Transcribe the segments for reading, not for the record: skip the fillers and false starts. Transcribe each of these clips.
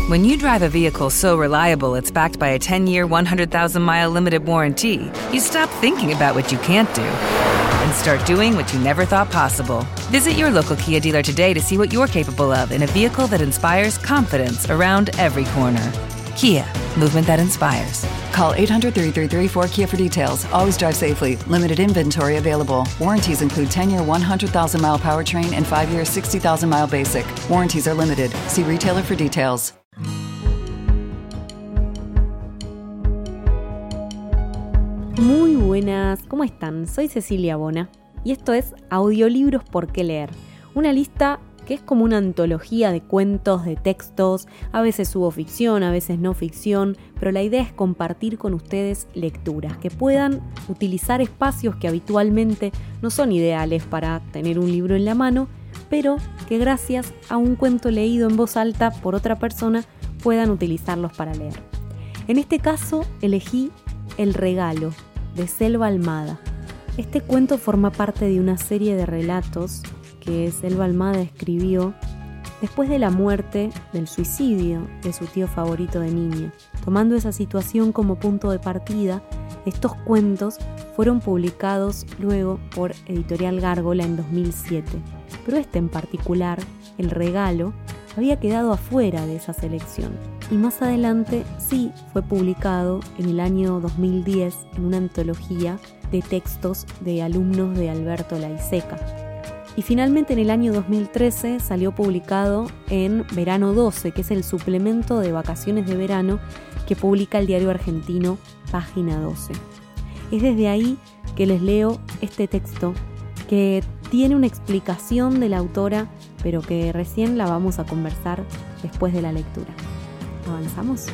When you drive a vehicle so reliable it's backed by a 10-year, 100,000-mile limited warranty, you stop thinking about what you can't do and start doing what you never thought possible. Visit your local Kia dealer today to see what you're capable of in a vehicle that inspires confidence around every corner. Kia, movement that inspires. Call 800-333-4KIA for details. Always drive safely. Limited inventory available. Warranties include 10-year 100,000-mile powertrain and 5-year 60,000-mile basic. Warranties are limited. See retailer for details. Muy buenas, ¿cómo están? Soy Cecilia Bona y esto es Audiolibros por qué leer, una lista que es como una antología de cuentos, de textos, a veces subo ficción, a veces no ficción, pero la idea es compartir con ustedes lecturas, que puedan utilizar espacios que habitualmente no son ideales para tener un libro en la mano, pero que gracias a un cuento leído en voz alta por otra persona puedan utilizarlos para leer. En este caso elegí El regalo, de Selva Almada. Este cuento forma parte de una serie de relatos que Selva Almada escribió después de la muerte, del suicidio de su tío favorito de niña. Tomando esa situación como punto de partida, estos cuentos fueron publicados luego por Editorial Gárgola en 2007. Pero este en particular, El regalo, había quedado afuera de esa selección. Y más adelante sí fue publicado en el año 2010 en una antología de textos de alumnos de Alberto Laiseca. Y finalmente en el año 2013 salió publicado en Verano 12, que es el suplemento de vacaciones de verano que publica el diario argentino Página 12. Es desde ahí que les leo este texto que tiene una explicación de la autora, pero que recién la vamos a conversar después de la lectura. ¿Avanzamos?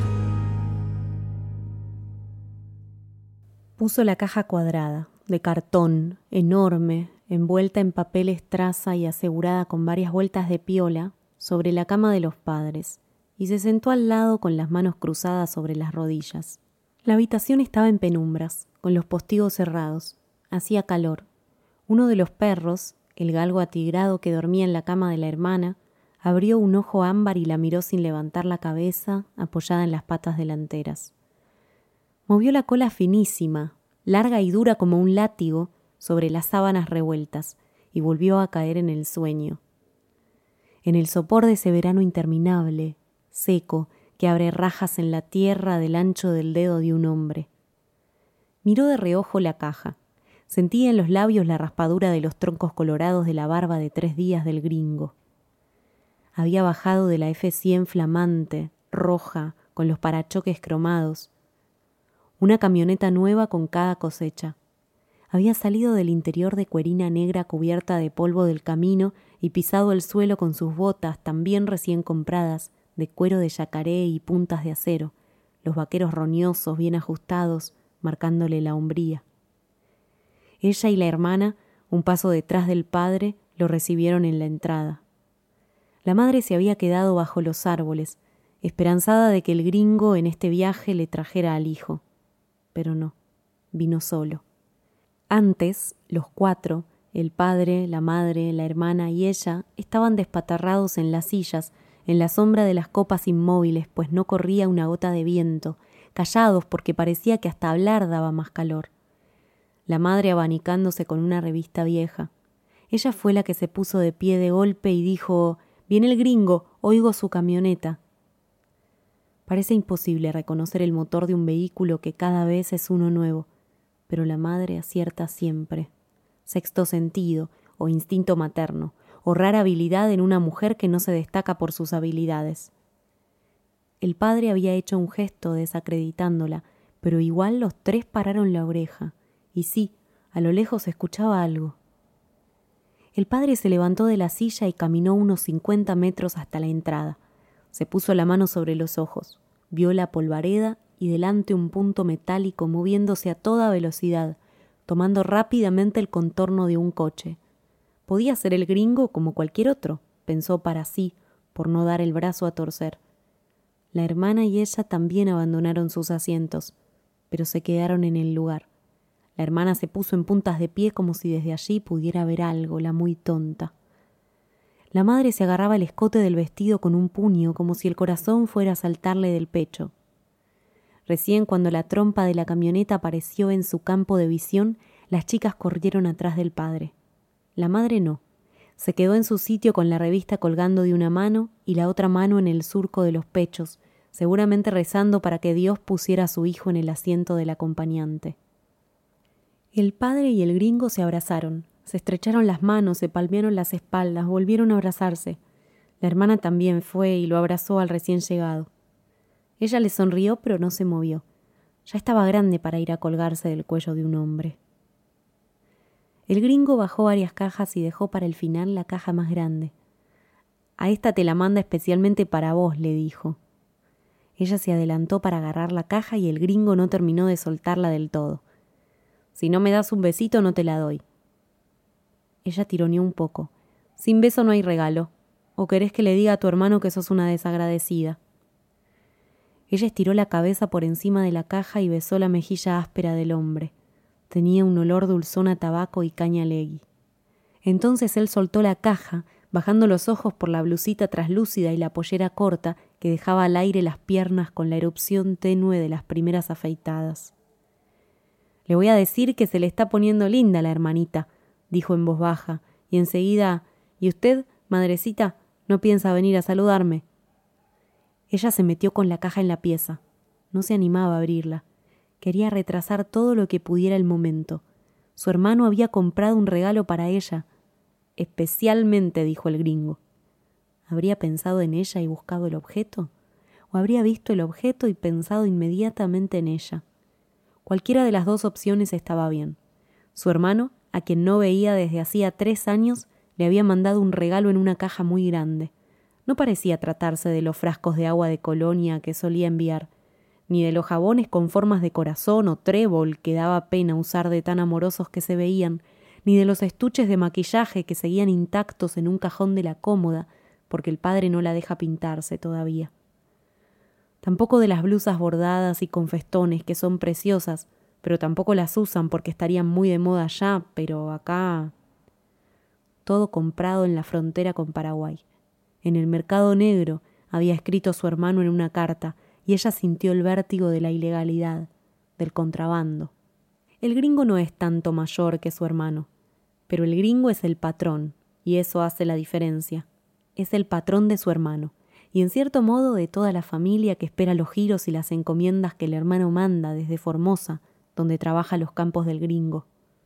Puso la caja cuadrada, de cartón, enorme, envuelta en papel estraza y asegurada con varias vueltas de piola, sobre la cama de los padres, y se sentó al lado con las manos cruzadas sobre las rodillas. La habitación estaba en penumbras, con los postigos cerrados. Hacía calor. Uno de los perros, el galgo atigrado que dormía en la cama de la hermana, abrió un ojo ámbar y la miró sin levantar la cabeza, apoyada en las patas delanteras. Movió la cola finísima, larga y dura como un látigo, sobre las sábanas revueltas, y volvió a caer en el sueño. En el sopor de ese verano interminable, seco, que abre rajas en la tierra del ancho del dedo de un hombre. Miró de reojo la caja. Sentía en los labios la raspadura de los troncos colorados de la barba de 3 días del gringo. Había bajado de la F100 flamante, roja, con los parachoques cromados. Una camioneta nueva con cada cosecha. Había salido del interior de cuerina negra cubierta de polvo del camino y pisado el suelo con sus botas, también recién compradas, de cuero de yacaré y puntas de acero, los vaqueros roñosos, bien ajustados, marcándole la hombría. Ella y la hermana, un paso detrás del padre, lo recibieron en la entrada. La madre se había quedado bajo los árboles, esperanzada de que el gringo en este viaje le trajera al hijo. Pero no, vino solo. Antes, los 4, el padre, la madre, la hermana y ella, estaban despatarrados en las sillas, en la sombra de las copas inmóviles, pues no corría una gota de viento, callados porque parecía que hasta hablar daba más calor. La madre abanicándose con una revista vieja. Ella fue la que se puso de pie de golpe y dijo: «Viene el gringo, oigo su camioneta». Parece imposible reconocer el motor de un vehículo que cada vez es uno nuevo, pero la madre acierta siempre. Sexto sentido, o instinto materno, o rara habilidad en una mujer que no se destaca por sus habilidades. El padre había hecho un gesto desacreditándola, pero igual los 3 pararon la oreja, y sí, a lo lejos se escuchaba algo. El padre se levantó de la silla y caminó unos 50 metros hasta la entrada. Se puso la mano sobre los ojos, vio la polvareda y delante un punto metálico moviéndose a toda velocidad, tomando rápidamente el contorno de un coche. Podía ser el gringo como cualquier otro, pensó para sí, por no dar el brazo a torcer. La hermana y ella también abandonaron sus asientos, pero se quedaron en el lugar. La hermana se puso en puntas de pie como si desde allí pudiera ver algo, la muy tonta. La madre se agarraba el escote del vestido con un puño, como si el corazón fuera a saltarle del pecho. Recién cuando la trompa de la camioneta apareció en su campo de visión, las chicas corrieron atrás del padre. La madre no. Se quedó en su sitio con la revista colgando de una mano y la otra mano en el surco de los pechos, seguramente rezando para que Dios pusiera a su hijo en el asiento del acompañante. El padre y el gringo se abrazaron, se estrecharon las manos, se palmearon las espaldas, volvieron a abrazarse. La hermana también fue y lo abrazó al recién llegado. Ella le sonrió, pero no se movió. Ya estaba grande para ir a colgarse del cuello de un hombre. El gringo bajó varias cajas y dejó para el final la caja más grande. «A esta te la manda especialmente para vos», le dijo. Ella se adelantó para agarrar la caja y el gringo no terminó de soltarla del todo. «Si no me das un besito, no te la doy». Ella tironeó un poco. «Sin beso no hay regalo. ¿O querés que le diga a tu hermano que sos una desagradecida?» Ella estiró la cabeza por encima de la caja y besó la mejilla áspera del hombre. Tenía un olor dulzón a tabaco y caña legui. Entonces él soltó la caja, bajando los ojos por la blusita traslúcida y la pollera corta que dejaba al aire las piernas con la erupción tenue de las primeras afeitadas. «Le voy a decir que se le está poniendo linda la hermanita», dijo en voz baja, y enseguida, «¿Y usted, madrecita, no piensa venir a saludarme?» Ella se metió con la caja en la pieza. No se animaba a abrirla. Quería retrasar todo lo que pudiera el momento. Su hermano había comprado un regalo para ella. «Especialmente», dijo el gringo. ¿Habría pensado en ella y buscado el objeto? ¿O habría visto el objeto y pensado inmediatamente en ella? Cualquiera de las dos opciones estaba bien. Su hermano, a quien no veía desde hacía 3 años, le había mandado un regalo en una caja muy grande. No parecía tratarse de los frascos de agua de colonia que solía enviar, ni de los jabones con formas de corazón o trébol que daba pena usar de tan amorosos que se veían, ni de los estuches de maquillaje que seguían intactos en un cajón de la cómoda, porque el padre no la deja pintarse todavía. Tampoco de las blusas bordadas y con festones, que son preciosas, pero tampoco las usan porque estarían muy de moda allá, pero acá... Todo comprado en la frontera con Paraguay. En el mercado negro, había escrito su hermano en una carta, y ella sintió el vértigo de la ilegalidad, del contrabando. El gringo no es tanto mayor que su hermano, pero el gringo es el patrón, y eso hace la diferencia. Es el patrón de su hermano, y en cierto modo de toda la familia que espera los giros y las encomiendas que el hermano manda desde Formosa, donde trabaja los campos del gringo.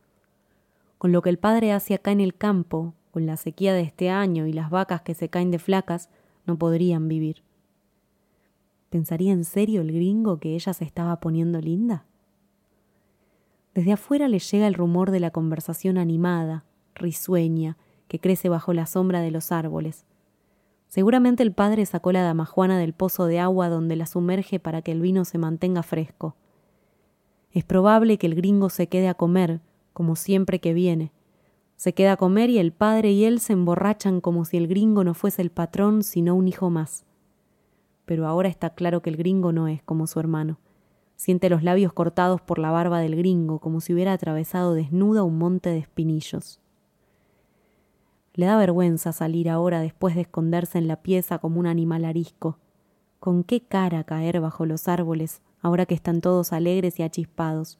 Con lo que el padre hace acá en el campo, con la sequía de este año y las vacas que se caen de flacas, no podrían vivir. ¿Pensaría en serio el gringo que ella se estaba poniendo linda? Desde afuera le llega el rumor de la conversación animada, risueña, que crece bajo la sombra de los árboles. Seguramente el padre sacó la damajuana del pozo de agua donde la sumerge para que el vino se mantenga fresco. Es probable que el gringo se quede a comer, como siempre que viene. Se queda a comer y el padre y él se emborrachan como si el gringo no fuese el patrón, sino un hijo más. Pero ahora está claro que el gringo no es como su hermano. Siente los labios cortados por la barba del gringo, como si hubiera atravesado desnuda un monte de espinillos. Le da vergüenza salir ahora después de esconderse en la pieza como un animal arisco. ¿Con qué cara caer bajo los árboles, ahora que están todos alegres y achispados?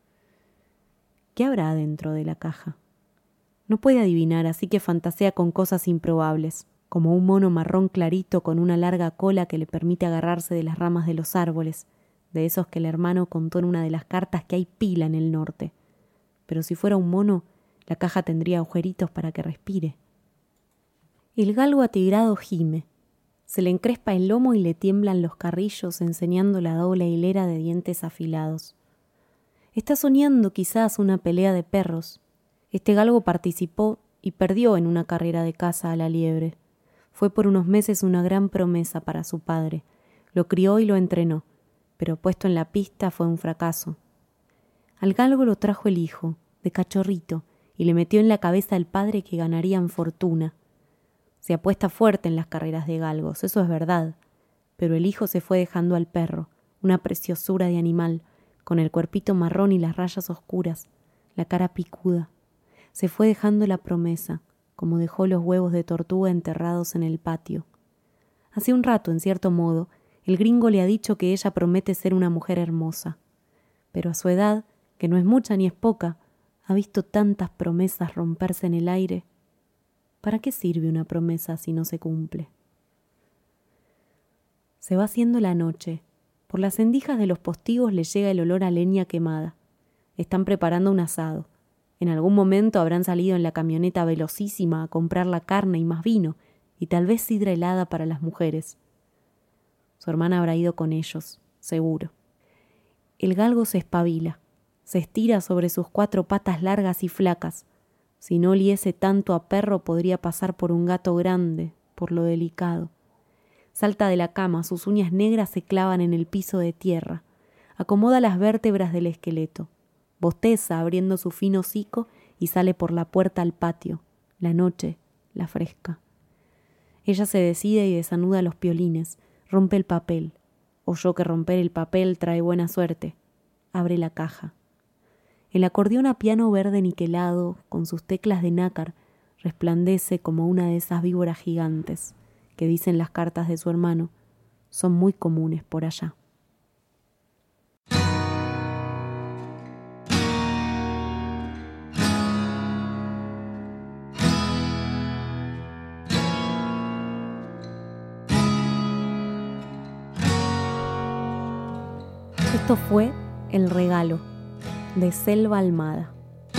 ¿Qué habrá dentro de la caja? No puede adivinar, así que fantasea con cosas improbables, como un mono marrón clarito con una larga cola que le permite agarrarse de las ramas de los árboles, de esos que el hermano contó en una de las cartas que hay pila en el norte. Pero si fuera un mono, la caja tendría agujeritos para que respire. El galgo atigrado gime. Se le encrespa el lomo y le tiemblan los carrillos, enseñando la doble hilera de dientes afilados. Está soñando quizás una pelea de perros. Este galgo participó y perdió en una carrera de caza a la liebre. Fue por unos meses una gran promesa para su padre. Lo crió y lo entrenó, pero puesto en la pista fue un fracaso. Al galgo lo trajo el hijo, de cachorrito, y le metió en la cabeza al padre que ganarían fortuna. Se apuesta fuerte en las carreras de galgos, eso es verdad, pero el hijo se fue dejando al perro, una preciosura de animal, con el cuerpito marrón y las rayas oscuras, la cara picuda. Se fue dejando la promesa, como dejó los huevos de tortuga enterrados en el patio. Hace un rato, en cierto modo, el gringo le ha dicho que ella promete ser una mujer hermosa. Pero a su edad, que no es mucha ni es poca, ha visto tantas promesas romperse en el aire. ¿Para qué sirve una promesa si no se cumple? Se va haciendo la noche. Por las endijas de los postigos le llega el olor a leña quemada. Están preparando un asado. En algún momento habrán salido en la camioneta velocísima a comprar la carne y más vino, y tal vez sidra helada para las mujeres. Su hermana habrá ido con ellos, seguro. El galgo se espabila, se estira sobre sus 4 patas largas y flacas. Si no oliese tanto a perro podría pasar por un gato grande, por lo delicado. Salta de la cama, sus uñas negras se clavan en el piso de tierra. Acomoda las vértebras del esqueleto. Bosteza abriendo su fino hocico y sale por la puerta al patio. La noche, la fresca. Ella se decide y desanuda los piolines. Rompe el papel. Oyó que romper el papel trae buena suerte. Abre la caja. El acordeón a piano verde niquelado, con sus teclas de nácar, resplandece como una de esas víboras gigantes que dicen las cartas de su hermano. Son muy comunes por allá. Esto fue El regalo, de Selva Almada.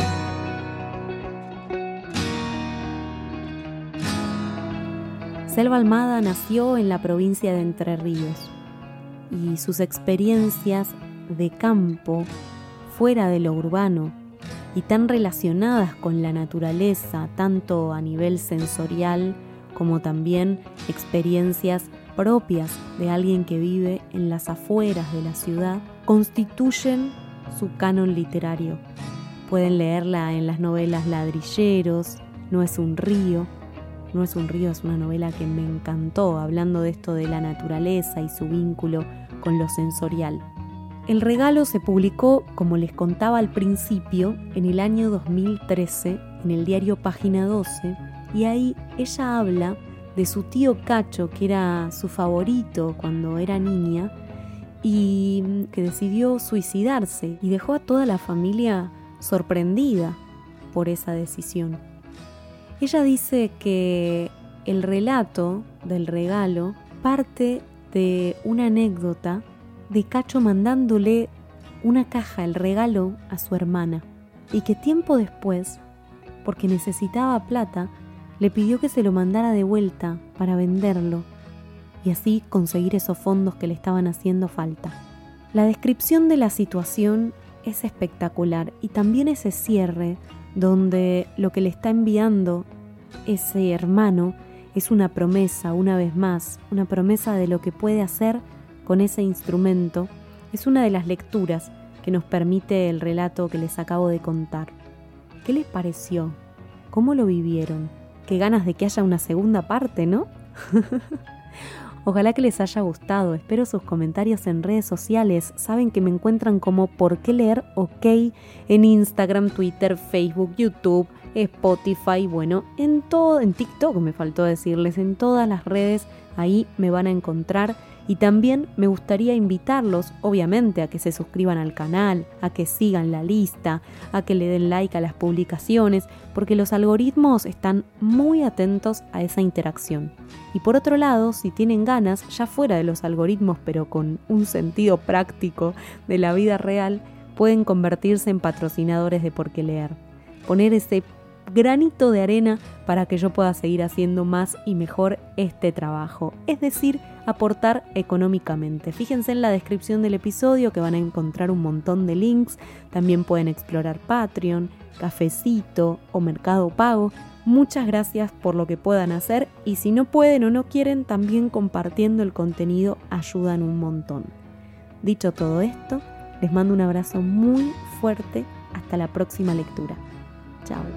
Selva Almada nació en la provincia de Entre Ríos y sus experiencias de campo, fuera de lo urbano y tan relacionadas con la naturaleza, tanto a nivel sensorial como también experiencias propias de alguien que vive en las afueras de la ciudad, constituyen su canon literario. Pueden leerla en las novelas Ladrilleros, No es un río. No es un río es una novela que me encantó, hablando de esto de la naturaleza y su vínculo con lo sensorial. El regalo se publicó, como les contaba al principio, en el año 2013 en el diario Página 12, y ahí ella habla de su tío Cacho, que era su favorito cuando era niña y que decidió suicidarse y dejó a toda la familia sorprendida por esa decisión. Ella dice que el relato del regalo parte de una anécdota de Cacho mandándole una caja, el regalo, a su hermana, y que tiempo después, porque necesitaba plata, le pidió que se lo mandara de vuelta para venderlo y así conseguir esos fondos que le estaban haciendo falta. La descripción de la situación es espectacular y también ese cierre donde lo que le está enviando ese hermano es una promesa, una vez más, una promesa de lo que puede hacer con ese instrumento, es una de las lecturas que nos permite el relato que les acabo de contar. ¿Qué les pareció? ¿Cómo lo vivieron? Qué ganas de que haya una segunda parte, ¿no? Ojalá que les haya gustado. Espero sus comentarios en redes sociales. Saben que me encuentran como Por qué leer OK en Instagram, Twitter, Facebook, YouTube, Spotify, bueno, en TikTok me faltó decirles, en todas las redes ahí me van a encontrar. Y también me gustaría invitarlos, obviamente, a que se suscriban al canal, a que sigan la lista, a que le den like a las publicaciones, porque los algoritmos están muy atentos a esa interacción. Y por otro lado, si tienen ganas, ya fuera de los algoritmos, pero con un sentido práctico de la vida real, pueden convertirse en patrocinadores de Por qué leer. Poner ese granito de arena para que yo pueda seguir haciendo más y mejor este trabajo, es decir, aportar económicamente. Fíjense en la descripción del episodio que van a encontrar un montón de links. También pueden explorar Patreon, Cafecito o Mercado Pago. Muchas gracias por lo que puedan hacer y si no pueden o no quieren, también compartiendo el contenido ayudan un montón. Dicho todo esto, les mando un abrazo muy fuerte. Hasta la próxima lectura. Chao.